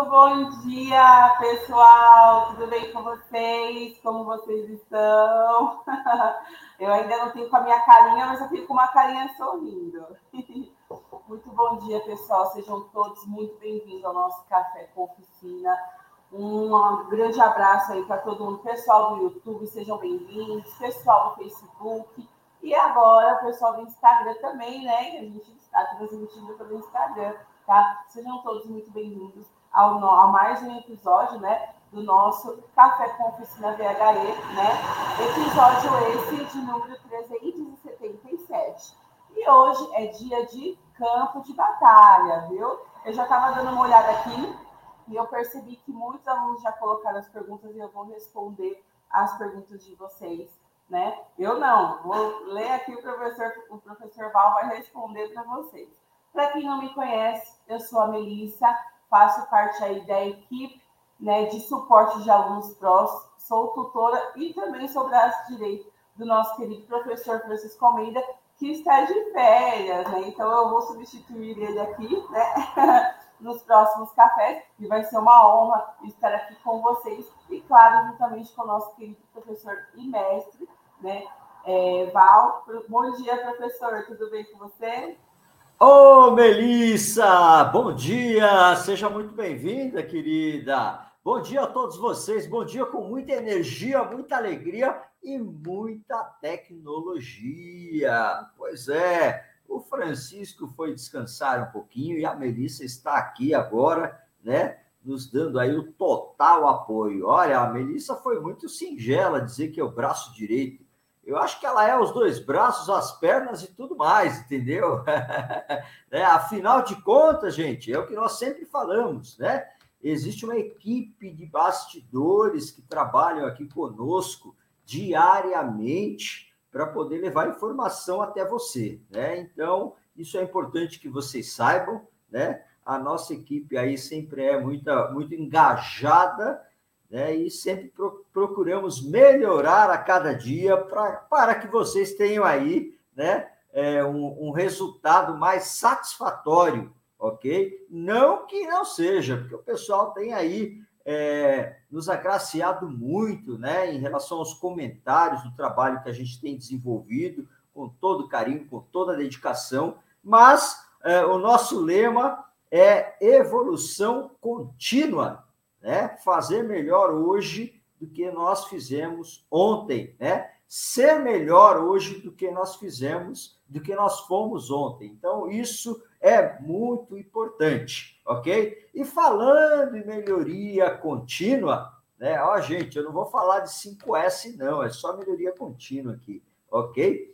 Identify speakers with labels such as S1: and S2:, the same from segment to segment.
S1: bom dia, pessoal. Tudo bem com vocês? Como vocês estão? Eu ainda não tenho com a minha carinha, mas eu fico com uma carinha sorrindo. Muito bom dia, pessoal. Sejam todos muito bem-vindos ao nosso Café com Oficina. Um grande abraço aí para todo mundo. Pessoal do YouTube, sejam bem-vindos. Pessoal do Facebook. E agora, o pessoal do Instagram também, né? A gente está transmitindo pelo Instagram, tá? Sejam todos muito bem-vindos a mais um episódio, né? Do nosso Café com Oficina VHE, né? Episódio esse de número 377. E hoje é dia de campo de batalha, viu? Eu já estava dando uma olhada aqui e eu percebi que muitos alunos já colocaram as perguntas e eu vou responder as perguntas de vocês, né? Eu não, vou ler aqui o professor Val vai responder para vocês. Para quem não me conhece, eu sou a Melissa, faço parte aí da equipe, né, de suporte de alunos prós, sou tutora e também sou braço direito do nosso querido professor Francisco Almeida, que está de férias, né? Então eu vou substituir ele aqui, né? Nos próximos cafés, e vai ser uma honra estar aqui com vocês, e claro, juntamente com o nosso querido professor e mestre, né? Val. Bom dia, professor, tudo bem com você?
S2: Ô, Melissa, bom dia, seja muito bem-vinda, querida. Bom dia a todos vocês, bom dia com muita energia, muita alegria e muita tecnologia. Pois é, o Francisco foi descansar um pouquinho e a Melissa está aqui agora, né, nos dando aí o total apoio. Olha, a Melissa foi muito singela dizer que é o braço direito. Eu acho que ela é os dois braços, as pernas e tudo mais, entendeu? Afinal de contas, gente, é o que nós sempre falamos, né? Existe uma equipe de bastidores que trabalham aqui conosco diariamente para poder levar informação até você, né? Então, isso é importante que vocês saibam, né? A nossa equipe aí sempre é muito engajada, né? E sempre procuramos melhorar a cada dia para que vocês tenham aí, né, um resultado mais satisfatório, ok? Não que não seja, porque o pessoal tem aí nos agraciado muito, né, em relação aos comentários do trabalho que a gente tem desenvolvido, com todo carinho, com toda a dedicação, mas o nosso lema é evolução contínua, né? Fazer melhor hoje do que nós fizemos ontem, né? Ser melhor hoje do que nós fomos ontem. Então, isso é muito importante, ok? E falando em melhoria contínua, né? Ó, gente, eu não vou falar de 5S, não, é só melhoria contínua aqui, ok?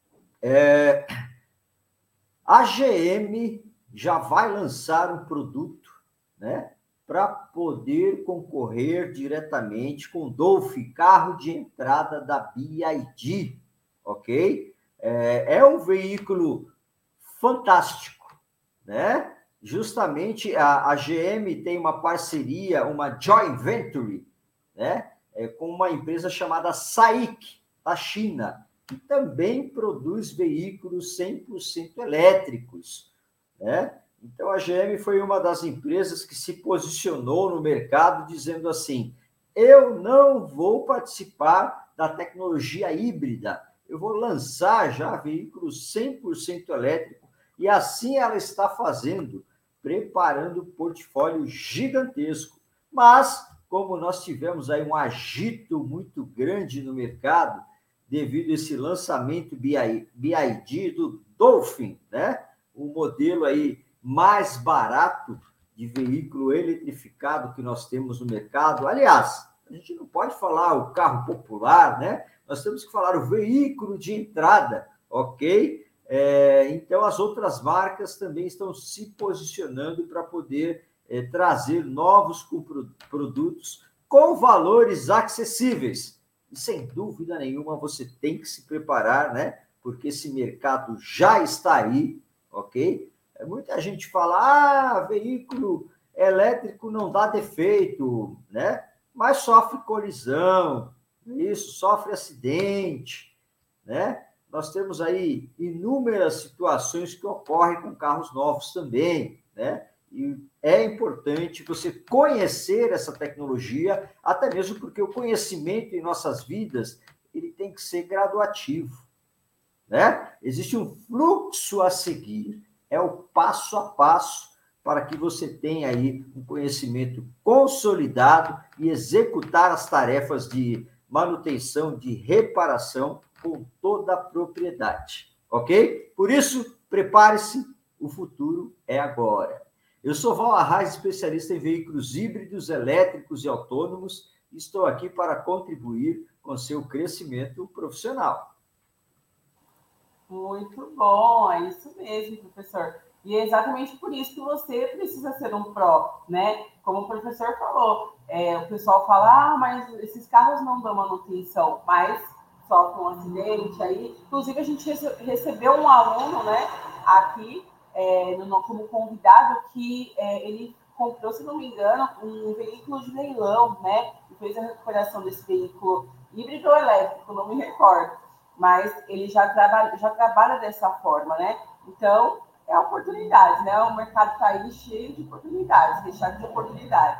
S2: A GM já vai lançar um produto, né, para poder concorrer diretamente com o Dolph, carro de entrada da BYD, ok? É um veículo fantástico, né? Justamente a GM tem uma parceria, uma joint venture, né, com uma empresa chamada SAIC, da China, que também produz veículos 100% elétricos, né? Então, a GM foi uma das empresas que se posicionou no mercado dizendo assim, eu não vou participar da tecnologia híbrida, eu vou lançar já veículos 100% elétricos, e assim ela está fazendo, preparando um portfólio gigantesco. Mas, como nós tivemos aí um agito muito grande no mercado, devido a esse lançamento BYD do Dolphin, né? O modelo aí mais barato de veículo eletrificado que nós temos no mercado. Aliás, a gente não pode falar o carro popular, né? Nós temos que falar o veículo de entrada, ok? Então, as outras marcas também estão se posicionando para poder trazer novos produtos com valores acessíveis. E, sem dúvida nenhuma, você tem que se preparar, né? Porque esse mercado já está aí, ok? Muita gente fala, veículo elétrico não dá defeito, né? Mas sofre colisão, isso, sofre acidente, né? Nós temos aí inúmeras situações que ocorrem com carros novos também, né? E é importante você conhecer essa tecnologia, até mesmo porque o conhecimento em nossas vidas, ele tem que ser graduativo, né? Existe um fluxo a seguir, é o passo a passo para que você tenha aí um conhecimento consolidado e executar as tarefas de manutenção, de reparação com toda a propriedade, ok? Por isso, prepare-se, o futuro é agora. Eu sou Val Arraes, especialista em veículos híbridos, elétricos e autônomos, e estou aqui para contribuir com seu crescimento profissional.
S1: Muito bom, é isso mesmo, professor. E é exatamente por isso que você precisa ser um pró, né? Como o professor falou, o pessoal fala, mas esses carros não dão manutenção, mas sofrem um acidente aí. Inclusive, a gente recebeu um aluno, né, aqui, como convidado, que ele comprou, se não me engano, um veículo de leilão, né? E fez a recuperação desse veículo híbrido ou elétrico, não me recordo. Mas ele já trabalha dessa forma, né? Então, é oportunidade, né? O mercado está aí cheio de oportunidades, recheado de oportunidades.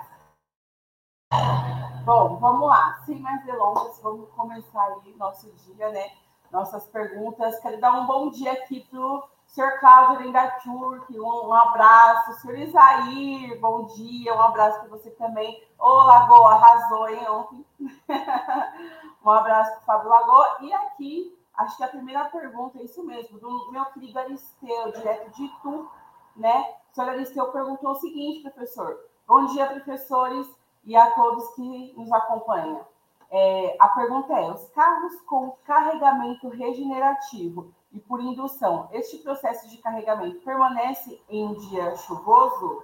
S1: Bom, vamos lá. Sem mais delongas, vamos começar aí nosso dia, né? Nossas perguntas. Quero dar um bom dia aqui para o senhor Cláudio Lendaturk, um abraço. Senhor Isair, bom dia, um abraço para você também. Ô, Lagoa, arrasou, hein, ontem. Um abraço para o Fábio Lagoa. E aqui, acho que a primeira pergunta é isso mesmo, do meu querido Aristeu, direto de Itu, né? O senhor Aristeu perguntou o seguinte, professor. Bom dia, professores, e a todos que nos acompanham. A pergunta é, os carros com carregamento regenerativo e por indução, este processo de carregamento permanece em dia chuvoso?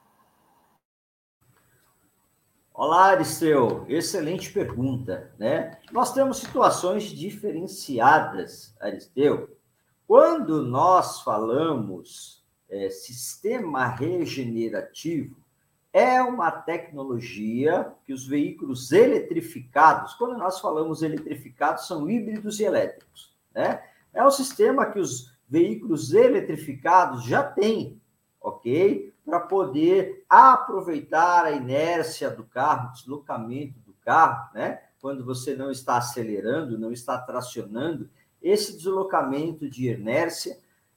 S2: Olá, Aristeu, excelente pergunta, né? Nós temos situações diferenciadas, Aristeu. Quando nós falamos sistema regenerativo, é uma tecnologia que os veículos eletrificados, quando nós falamos eletrificados, são híbridos e elétricos, né? É um sistema que os veículos eletrificados já têm, ok? Para poder aproveitar a inércia do carro, o deslocamento do carro, né? Quando você não está acelerando, não está tracionando, esse deslocamento de inércia,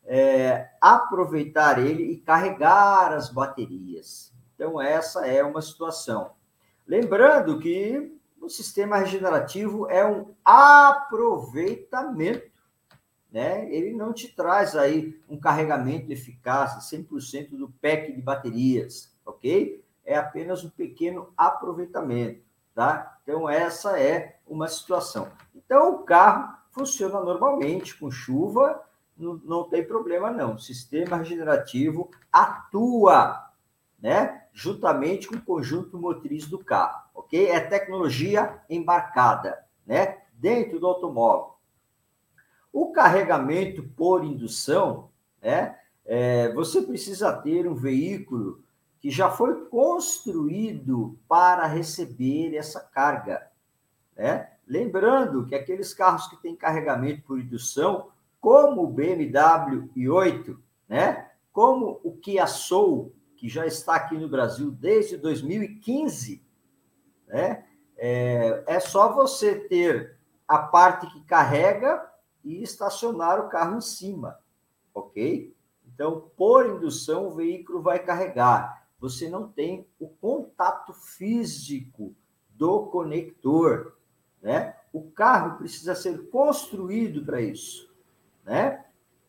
S2: aproveitar ele e carregar as baterias. Então, essa é uma situação. Lembrando que o sistema regenerativo é um aproveitamento, né? Ele não te traz aí um carregamento eficaz de 100% do pack de baterias, ok? É apenas um pequeno aproveitamento, tá? Então, essa é uma situação. Então, o carro funciona normalmente, com chuva, não tem problema não. O sistema regenerativo atua, né? Juntamente com o conjunto motriz do carro, ok? É tecnologia embarcada, né? Dentro do automóvel. O carregamento por indução, né? Você precisa ter um veículo que já foi construído para receber essa carga, né? Lembrando que aqueles carros que têm carregamento por indução, como o BMW i8, né? Como o Kia Soul, que já está aqui no Brasil desde 2015, né? É só você ter a parte que carrega e estacionar o carro em cima, ok? Então, por indução, o veículo vai carregar. Você não tem o contato físico do conector, né? O carro precisa ser construído para isso, né?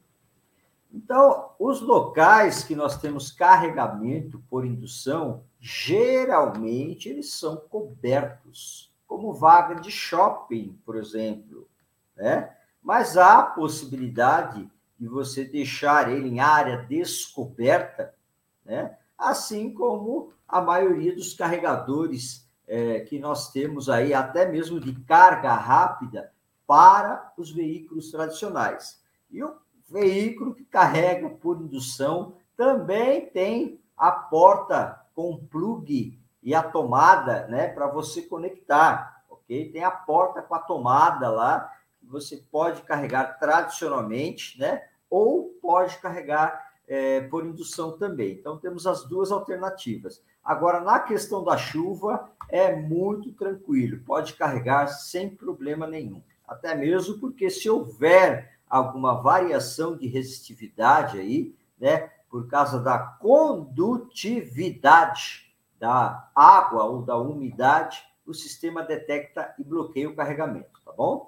S2: Então, os locais que nós temos carregamento por indução, geralmente eles são cobertos, como vaga de shopping, por exemplo, né? Mas há a possibilidade de você deixar ele em área descoberta, né? Assim como a maioria dos carregadores que nós temos aí, até mesmo de carga rápida, para os veículos tradicionais. E o veículo que carrega por indução também tem a porta com plug e a tomada, né, para você conectar, ok? Tem a porta com a tomada lá, que você pode carregar tradicionalmente, né, ou pode carregar por indução também. Então, temos as duas alternativas. Agora, na questão da chuva, é muito tranquilo, pode carregar sem problema nenhum. Até mesmo porque se houver alguma variação de resistividade aí, né, por causa da condutividade da água ou da umidade, o sistema detecta e bloqueia o carregamento, tá bom?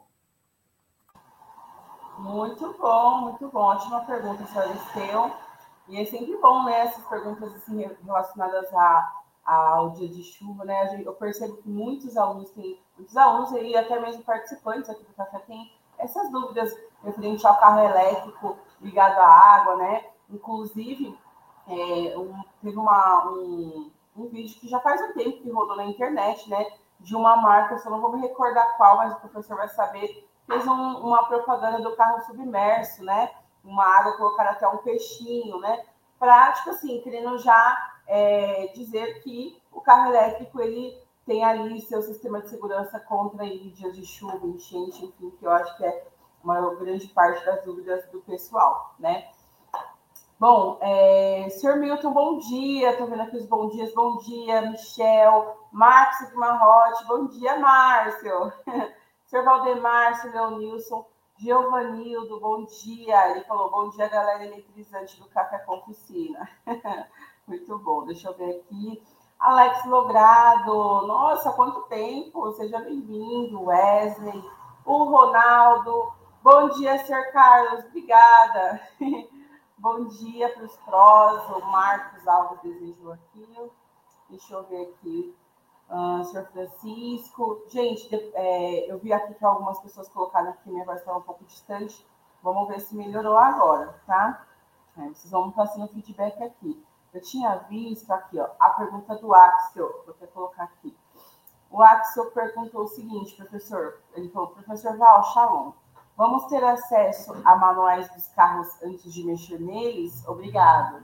S1: Muito bom, muito bom. Ótima pergunta, senhor Esteu. E é sempre bom, né, essas perguntas assim, relacionadas ao dia de chuva, né? Eu percebo que muitos alunos e até mesmo participantes aqui do café têm essas dúvidas referente ao carro elétrico ligado à água, né? Inclusive, teve um vídeo que já faz um tempo que rodou na internet, né? De uma marca, eu só não vou me recordar qual, mas o professor vai saber, fez uma propaganda do carro submerso, né? Uma água, colocar até um peixinho, né? Para, tipo assim, querendo já dizer que o carro elétrico, ele tem ali seu sistema de segurança contra dias de chuva, enchente, enfim, que eu acho que é uma grande parte das dúvidas do pessoal, né? Bom, senhor Milton, bom dia. Estou vendo aqui os bom dias. Bom dia, Michel, Marcos Guimarães. Bom dia, Márcio. Senhor Valdemar, senhor Leonilson, Giovanildo, bom dia. Ele falou, bom dia, galera eletrizante do Café com Oficina. Muito bom, deixa eu ver aqui. Alex Logrado, nossa, quanto tempo. Seja bem-vindo, Wesley. O Ronaldo, bom dia, senhor Carlos, obrigada. Bom dia para os prós, o Marcos Alves desejou aqui. Deixa eu ver aqui. Senhor Francisco. Gente, eu vi aqui que algumas pessoas colocaram que minha voz estava um pouco distante. Vamos ver se melhorou agora, tá? Vocês vão passando o feedback aqui. Eu tinha visto aqui, ó, a pergunta do Axel. Vou até colocar aqui. O Axel perguntou o seguinte, professor. Ele falou, professor Val, shalom. Vamos ter acesso a manuais dos carros antes de mexer neles? Obrigado.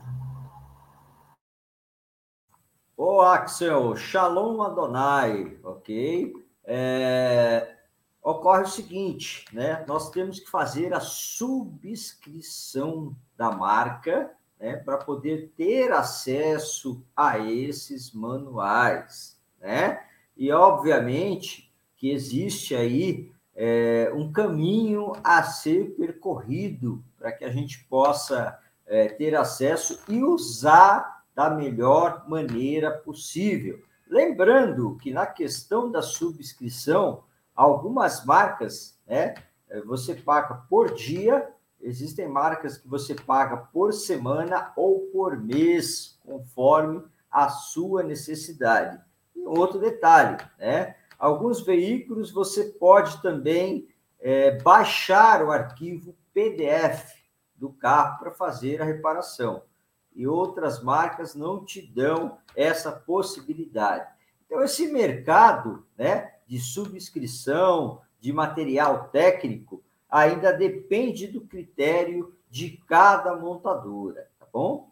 S2: Ô, Axel, Shalom Adonai, ok? Ocorre o seguinte, né? Nós temos que fazer a subscrição da marca, né? Para poder ter acesso a esses manuais, né? E, obviamente, que existe aí um caminho a ser percorrido para que a gente possa ter acesso e usar da melhor maneira possível. Lembrando que na questão da subscrição, algumas marcas, né, você paga por dia, existem marcas que você paga por semana ou por mês, conforme a sua necessidade. E outro detalhe, né? Alguns veículos você pode também baixar o arquivo PDF do carro para fazer a reparação. E outras marcas não te dão essa possibilidade. Então, esse mercado, né, de subscrição, de material técnico, ainda depende do critério de cada montadora, tá bom?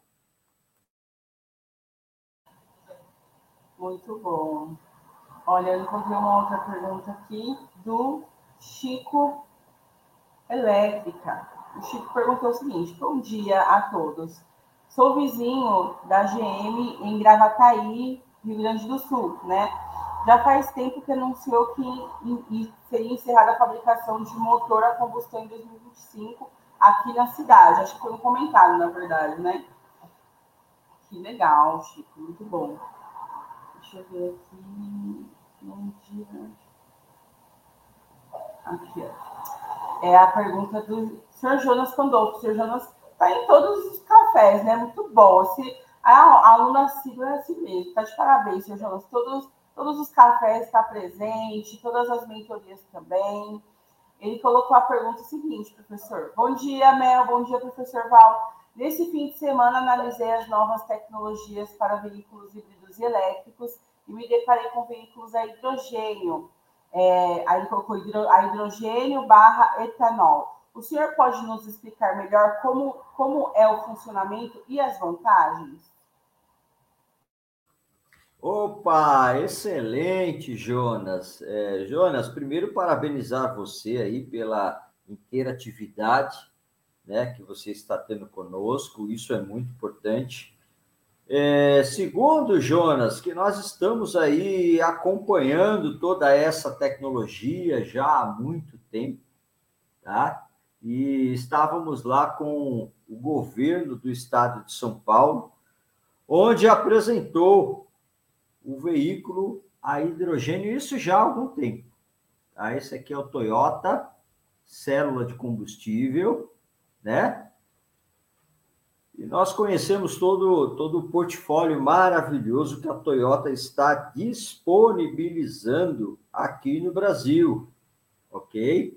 S1: Muito bom. Olha, eu encontrei uma outra pergunta aqui do Chico Elétrica. O Chico perguntou o seguinte: bom dia a todos. Sou vizinho da GM em Gravataí, Rio Grande do Sul, né? Já faz tempo que anunciou que seria encerrada a fabricação de motor a combustão em 2025 aqui na cidade. Acho que foi um comentário, na verdade, né? Que legal, Chico, muito bom. Deixa eu ver aqui. Bom dia. Aqui, ó. É a pergunta do Sr. Jonas Pandolfo. O Sr. Jonas está em todos os cafés, né? Muito bom. A aluna Sigla é assim mesmo. Está de parabéns, Sr. Jonas. Todos os cafés está presente, todas as mentorias também. Ele colocou a pergunta seguinte, professor. Bom dia, Mel. Bom dia, professor Val. Nesse fim de semana, analisei as novas tecnologias para veículos híbridos e elétricos e me deparei com veículos a hidrogênio. Aí colocou a hidrogênio barra etanol. O senhor pode nos explicar melhor como é o funcionamento e as vantagens?
S2: Opa, excelente, Jonas. Jonas, primeiro parabenizar você aí pela interatividade, né, que você está tendo conosco, isso é muito importante. Segundo, Jonas, que nós estamos aí acompanhando toda essa tecnologia já há muito tempo, tá? E estávamos lá com o governo do estado de São Paulo, onde apresentou o veículo a hidrogênio, isso já há algum tempo. Tá? Esse aqui é o Toyota, célula de combustível, né? E nós conhecemos todo o portfólio maravilhoso que a Toyota está disponibilizando aqui no Brasil, ok?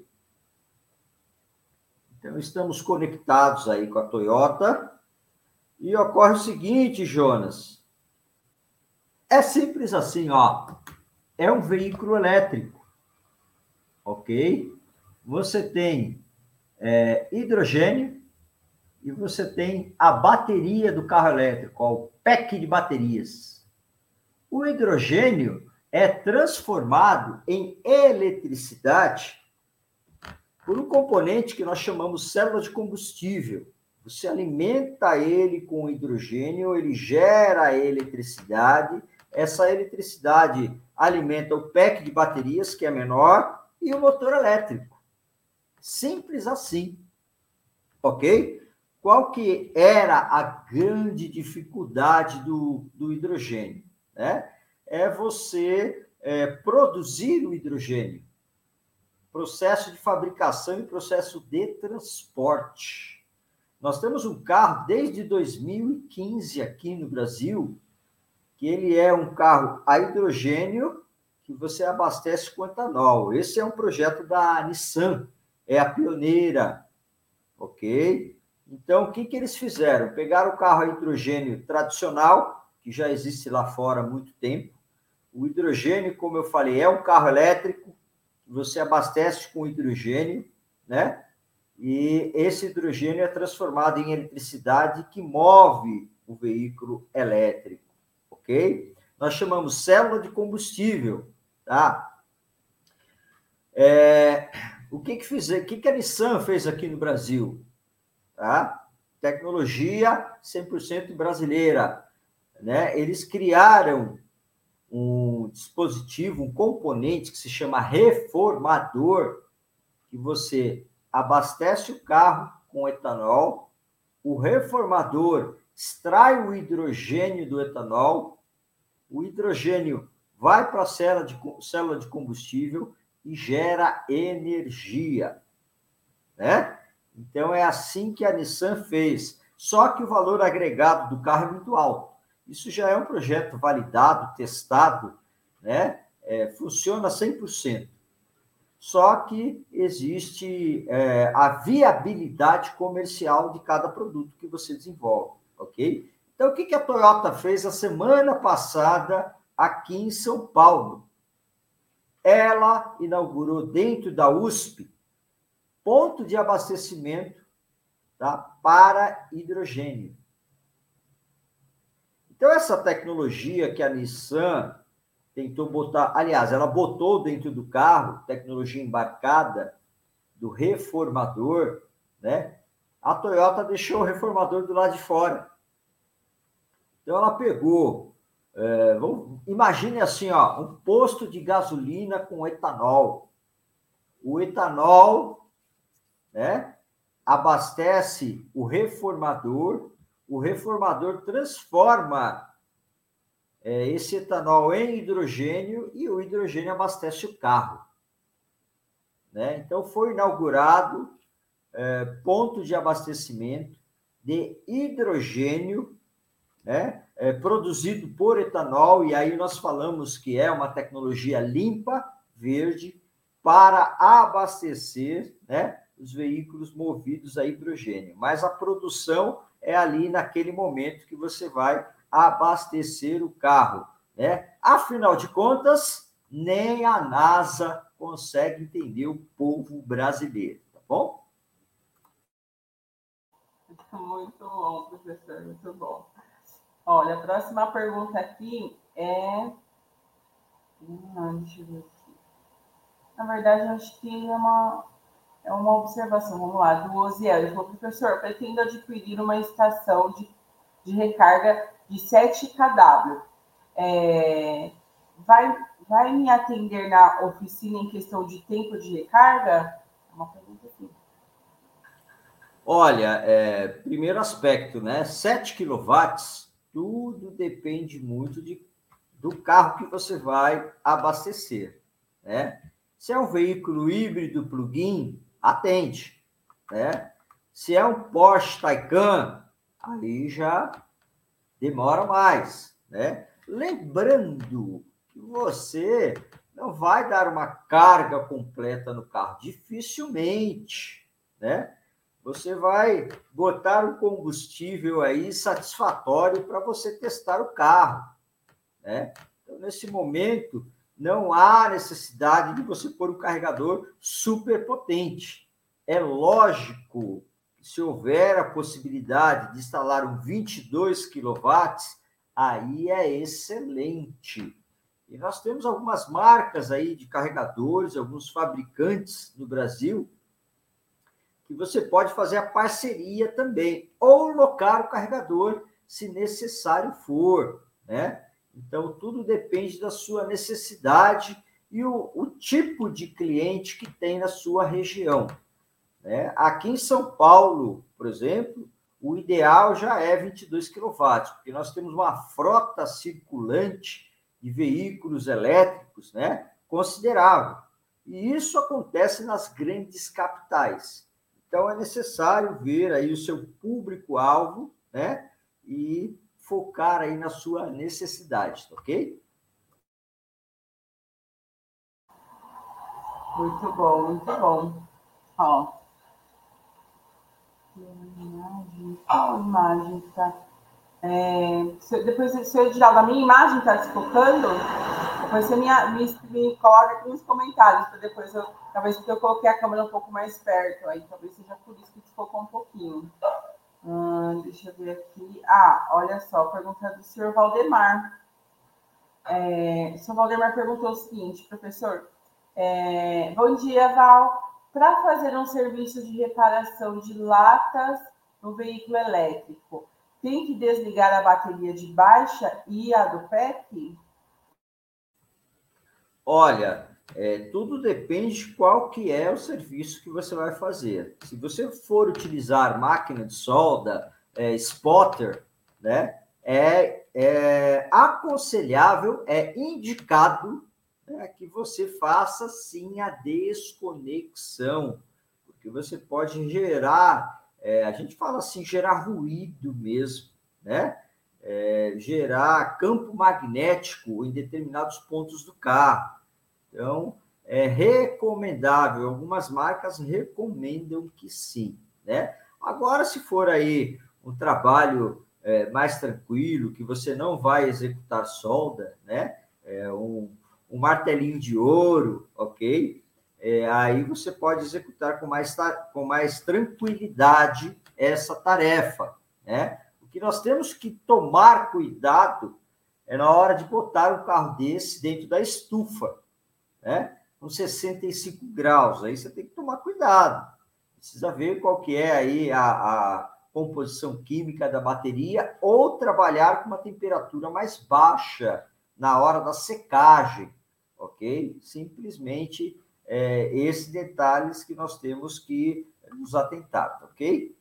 S2: Então, estamos conectados aí com a Toyota. E ocorre o seguinte, Jonas. É simples assim, ó. É um veículo elétrico, ok? Você tem hidrogênio e você tem a bateria do carro elétrico, ó, o pack de baterias. O hidrogênio é transformado em eletricidade por um componente que nós chamamos célula de combustível. Você alimenta ele com hidrogênio, ele gera eletricidade, essa eletricidade alimenta o pack de baterias, que é menor, e o motor elétrico. Simples assim, ok? Qual que era a grande dificuldade do hidrogênio? Né? É você produzir o hidrogênio. Processo de fabricação e processo de transporte. Nós temos um carro desde 2015 aqui no Brasil, que ele é um carro a hidrogênio que você abastece com etanol. Esse é um projeto da Nissan, é a pioneira, ok? Então, o que eles fizeram? Pegaram o carro a hidrogênio tradicional, que já existe lá fora há muito tempo. O hidrogênio, como eu falei, é um carro elétrico, você abastece com hidrogênio, né? E esse hidrogênio é transformado em eletricidade que move o veículo elétrico, ok? Nós chamamos célula de combustível, tá? O que a Nissan fez aqui no Brasil? Tá? Tecnologia 100% brasileira, né? Eles criaram um dispositivo, um componente que se chama reformador, que você abastece o carro com etanol, o reformador extrai o hidrogênio do etanol, o hidrogênio vai para a célula de combustível e gera energia, né? Então, é assim que a Nissan fez. Só que o valor agregado do carro é muito alto. Isso já é um projeto validado, testado, né? Funciona 100%. Só que existe a viabilidade comercial de cada produto que você desenvolve, ok? Então, o que a Toyota fez a semana passada aqui em São Paulo? Ela inaugurou dentro da USP ponto de abastecimento, tá, para hidrogênio. Então, essa tecnologia que a Nissan tentou botar, aliás, ela botou dentro do carro, tecnologia embarcada do reformador, né? A Toyota deixou o reformador do lado de fora. Então, ela pegou, imagine assim, ó, um posto de gasolina com etanol. O etanol, né, abastece o reformador transforma esse etanol em hidrogênio e o hidrogênio abastece o carro, né? Então, foi inaugurado ponto de abastecimento de hidrogênio, né, produzido por etanol, e aí nós falamos que é uma tecnologia limpa, verde, para abastecer, né, os veículos movidos a hidrogênio. Mas a produção é ali naquele momento que você vai abastecer o carro, né? Afinal de contas, nem a NASA consegue entender o povo brasileiro, tá bom?
S1: Muito bom, professor, muito bom. Olha, a próxima pergunta aqui é... deixa eu ver aqui. Na verdade, eu acho que é uma... É uma observação, vamos lá, do Osiel. Ele falou, professor, pretendo adquirir uma estação de recarga de 7 kW. Vai me atender na oficina em questão de tempo de recarga? É uma pergunta assim.
S2: Olha, primeiro aspecto, né? 7 quilowatts, tudo depende muito do carro que você vai abastecer, né? Se é um veículo híbrido plug-in, atende, né? Se é um Porsche Taycan, aí já demora mais, né? Lembrando que você não vai dar uma carga completa no carro, dificilmente, né? Você vai botar um combustível aí satisfatório para você testar o carro, né? Então, nesse momento, não há necessidade de você pôr um carregador super potente. É lógico que se houver a possibilidade de instalar um 22 quilowatts, aí é excelente. E nós temos algumas marcas aí de carregadores, alguns fabricantes no Brasil, que você pode fazer a parceria também, ou locar o carregador, se necessário for, né? Então, tudo depende da sua necessidade e o tipo de cliente que tem na sua região, né? Aqui em São Paulo, por exemplo, o ideal já é 22 quilowatts, porque nós temos uma frota circulante de veículos elétricos, né, considerável. E isso acontece nas grandes capitais. Então, é necessário ver aí o seu público-alvo, né, e focar aí na sua necessidade, ok?
S1: Muito bom, muito bom. Ó, imagem, qual imagem tá? Depois, se eu Edinaldo, a minha imagem está desfocando, depois você me coloca aqui nos comentários, para depois talvez porque eu coloquei a câmera um pouco mais perto, aí talvez seja por isso que desfocou um pouquinho. Deixa eu ver aqui. Olha só, pergunta do senhor Valdemar. O senhor Valdemar perguntou o seguinte, professor. Bom dia, Val. Para fazer um serviço de reparação de latas no veículo elétrico, tem que desligar a bateria de baixa e a do PEC?
S2: Olha, tudo depende de qual que é o serviço que você vai fazer. Se você for utilizar máquina de solda, spotter, né, é aconselhável, é indicado, né, que você faça sim a desconexão, porque você pode gerar, a gente fala assim, gerar ruído mesmo, né? Gerar campo magnético em determinados pontos do carro. Então, é recomendável, algumas marcas recomendam que sim, né? Agora, se for aí um trabalho mais tranquilo, que você não vai executar solda, né? Um martelinho de ouro, ok? Aí você pode executar com mais tranquilidade essa tarefa, né? O que nós temos que tomar cuidado é na hora de botar um carro desse dentro da estufa, né? Com 65 graus, aí você tem que tomar cuidado. Precisa ver qual que é aí a composição química da bateria ou trabalhar com uma temperatura mais baixa na hora da secagem, ok? Simplesmente esses detalhes que nós temos que nos atentar, ok?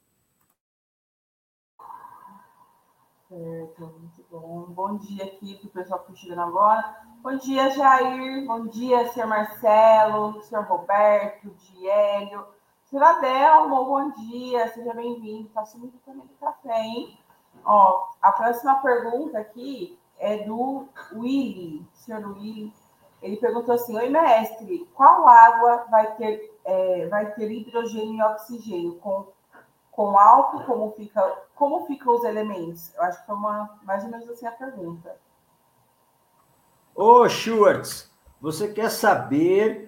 S1: Certo, muito bom. Bom dia aqui para o pessoal que está chegando agora. Bom dia, Jair. Bom dia, senhor Marcelo, senhor Roberto, Diélio. Senhor Adelmo, bom dia, seja bem-vindo. Está sumindo também do café, hein? Ó, a próxima pergunta aqui é do Willy, senhor Willy. Ele perguntou assim: oi, mestre, qual água vai ter hidrogênio e oxigênio? Com álcool, como ficam os elementos? Eu acho que foi mais ou menos assim a pergunta.
S2: Ô, Schwartz, você quer saber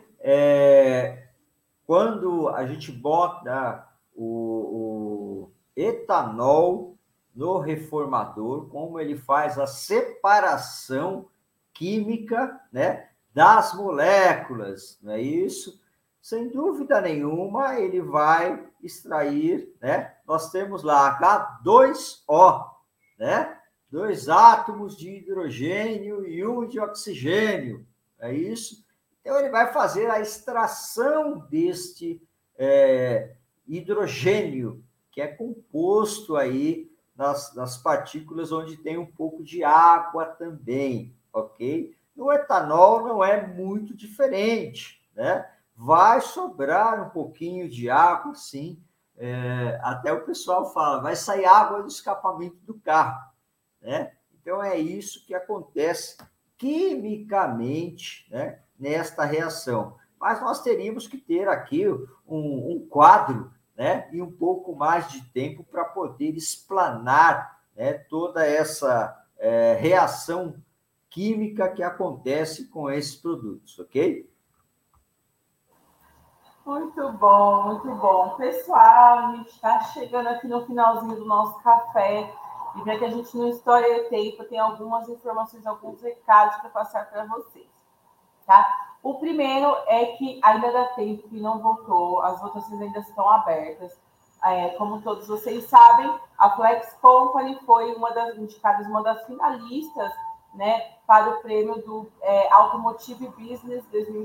S2: quando a gente bota o etanol no reformador, como ele faz a separação química, né, das moléculas, não é isso? sem dúvida nenhuma, ele vai extrair, né? Nós temos lá H2O, né? 2 átomos de hidrogênio e 1 de oxigênio, é isso? Então, ele vai fazer a extração deste hidrogênio, que é composto aí nas partículas onde tem um pouco de água também, ok? No etanol não é muito diferente, né? Vai sobrar um pouquinho de água, sim. Até o pessoal fala, vai sair água do escapamento do carro, né? Então, é isso que acontece quimicamente, né, nesta reação. Mas nós teríamos que ter aqui um quadro, né, e um pouco mais de tempo para poder explanar, né, toda essa reação química que acontece com esses produtos, ok?
S1: Muito bom, muito bom. Pessoal, a gente está chegando aqui no finalzinho do nosso café. E para que a gente não estoure o tempo, tem algumas informações, alguns recados para passar para vocês. Tá? O primeiro é que ainda dá tempo que não votou, as votações ainda estão abertas. Como todos vocês sabem, a Flex Company foi uma das indicadas, uma das finalistas, né, para o prêmio do Automotive Business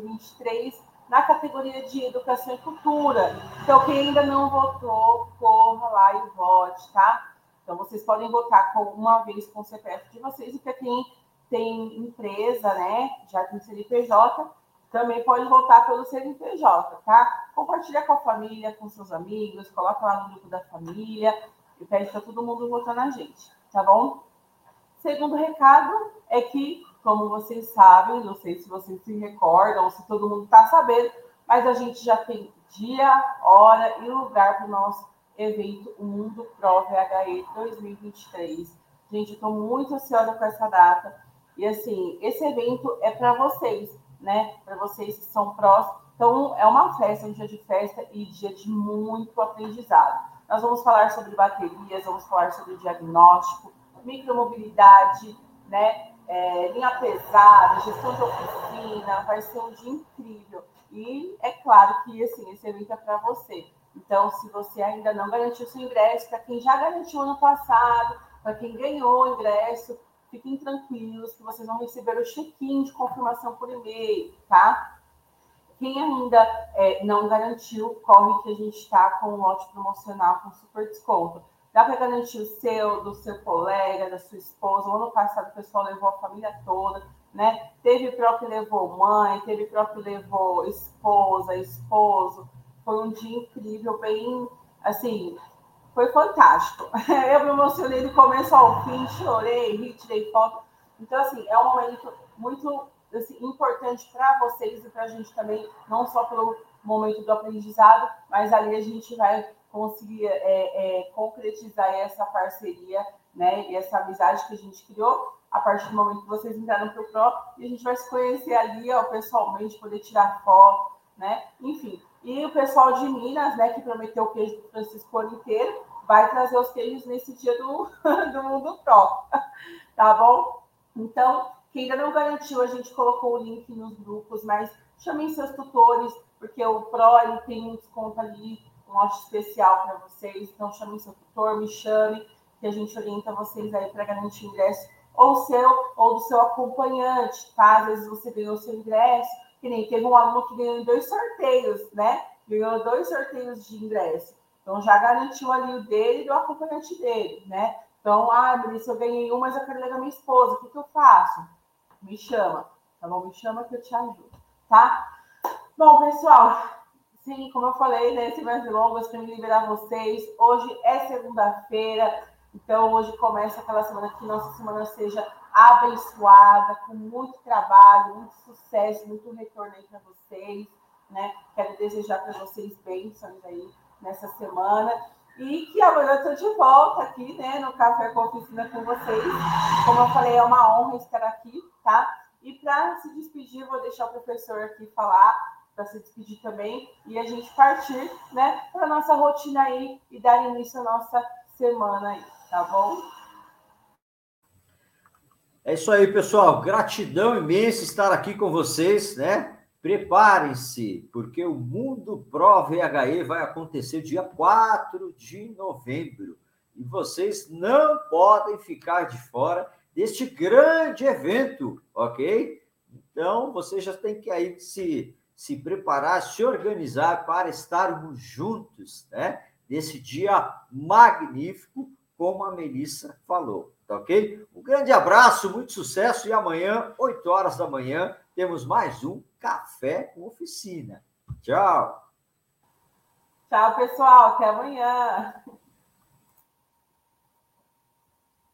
S1: 2023 na categoria de Educação e Cultura. Então, quem ainda não votou, corra lá e vote, tá? Então, vocês podem votar uma vez com o CPF de vocês, e para quem tem empresa, né, já tem CNPJ, também pode votar pelo CNPJ, tá? Compartilha com a família, com seus amigos, coloca lá no grupo da família e pede para todo mundo votar na gente, tá bom? Segundo recado é que, como vocês sabem, não sei se vocês se recordam, se todo mundo está sabendo, mas a gente já tem dia, hora e lugar para o nosso evento o Mundo Pro VHE 2023. Gente, eu estou muito ansiosa com essa data. E assim, esse evento é para vocês, né? Para vocês que são prós. Então, é uma festa, um dia de festa e dia de muito aprendizado. Nós vamos falar sobre baterias, vamos falar sobre diagnóstico, micromobilidade, né? Linha pesada, gestão de oficina, vai ser um dia incrível. E é claro que assim, esse evento é para você. Então, se você ainda não garantiu seu ingresso, para quem já garantiu ano passado, para quem ganhou o ingresso, fiquem tranquilos que vocês vão receber o check-in de confirmação por e-mail, tá? Quem ainda não garantiu, corre que a gente está com um lote promocional com super desconto. Dá para garantir o seu, do seu colega, da sua esposa. O ano passado o pessoal levou a família toda, né? Teve pró que levou mãe, teve pró que levou esposa, esposo. Foi um dia incrível, bem, assim, foi fantástico. Eu me emocionei do começo ao fim, chorei, ri, tirei foto. Então, assim, é um momento muito assim, importante para vocês e para a gente também, não só pelo momento do aprendizado, mas ali a gente vai conseguir concretizar essa parceria, né, e essa amizade que a gente criou a partir do momento que vocês entraram para o Pro, e a gente vai se conhecer ali, ó, pessoalmente, poder tirar foto, né, enfim. E o pessoal de Minas, né, que prometeu o queijo do Francisco inteiro, vai trazer os queijos nesse dia do Mundo Pro, tá bom? Então, quem ainda não garantiu, a gente colocou o link nos grupos, mas chamem seus tutores, porque o Pro ele tem um desconto ali, um lote especial para vocês. Então, chamem seu tutor, me chame, que a gente orienta vocês aí para garantir o ingresso, ou seu, ou do seu acompanhante, tá? Às vezes você ganhou o seu ingresso, que nem teve um aluno que ganhou em 2 sorteios, né? Ganhou 2 sorteios de ingresso. Então, já garantiu ali o dele e do acompanhante dele, né? Então, Melissa, eu ganhei mas eu quero levar minha esposa, o que eu faço? Me chama, tá bom? Me chama que eu te ajudo, tá? Bom, pessoal, sim, como eu falei, né, esse mais longas para me liberar vocês. Hoje é segunda-feira, então hoje começa aquela semana que nossa semana seja abençoada, com muito trabalho, muito sucesso, muito retorno aí para vocês, né? Quero desejar para vocês bênçãos aí nessa semana. E que amanhã eu estou de volta aqui, né, no Café com Oficina com vocês. Como eu falei, é uma honra estar aqui, tá? E para se despedir, vou deixar o professor aqui falar, para se despedir também, e a gente partir, né, para a nossa rotina aí e dar início à nossa semana aí, tá bom?
S2: É isso aí, pessoal. Gratidão imensa estar aqui com vocês, né? Preparem-se, porque o Mundo Pro VHE vai acontecer dia 4 de novembro. E vocês não podem ficar de fora deste grande evento, ok? Então, vocês já têm que aí se preparar, se organizar para estarmos juntos, né? Nesse dia magnífico, como a Melissa falou, tá ok? Um grande abraço, muito sucesso e amanhã, 8 horas da manhã, temos mais um Café com Oficina. Tchau!
S1: Tchau, pessoal. Até amanhã.